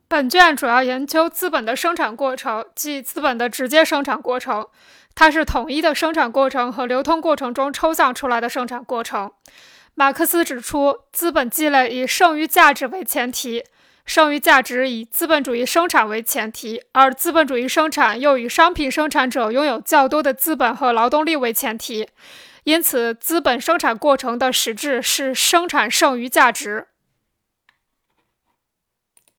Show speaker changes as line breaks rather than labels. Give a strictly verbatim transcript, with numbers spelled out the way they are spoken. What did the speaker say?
本卷主要研究资本的生产过程，即资本的直接生产过程。它是统一的生产过程和流通过程中抽象出来的生产过程。马克思指出，资本积累以剩余价值为前提，剩余价值以资本主义生产为前提，而资本主义生产又以商品生产者拥有较多的资本和劳动力为前提。因此，资本生产过程的实质是生产剩余价值。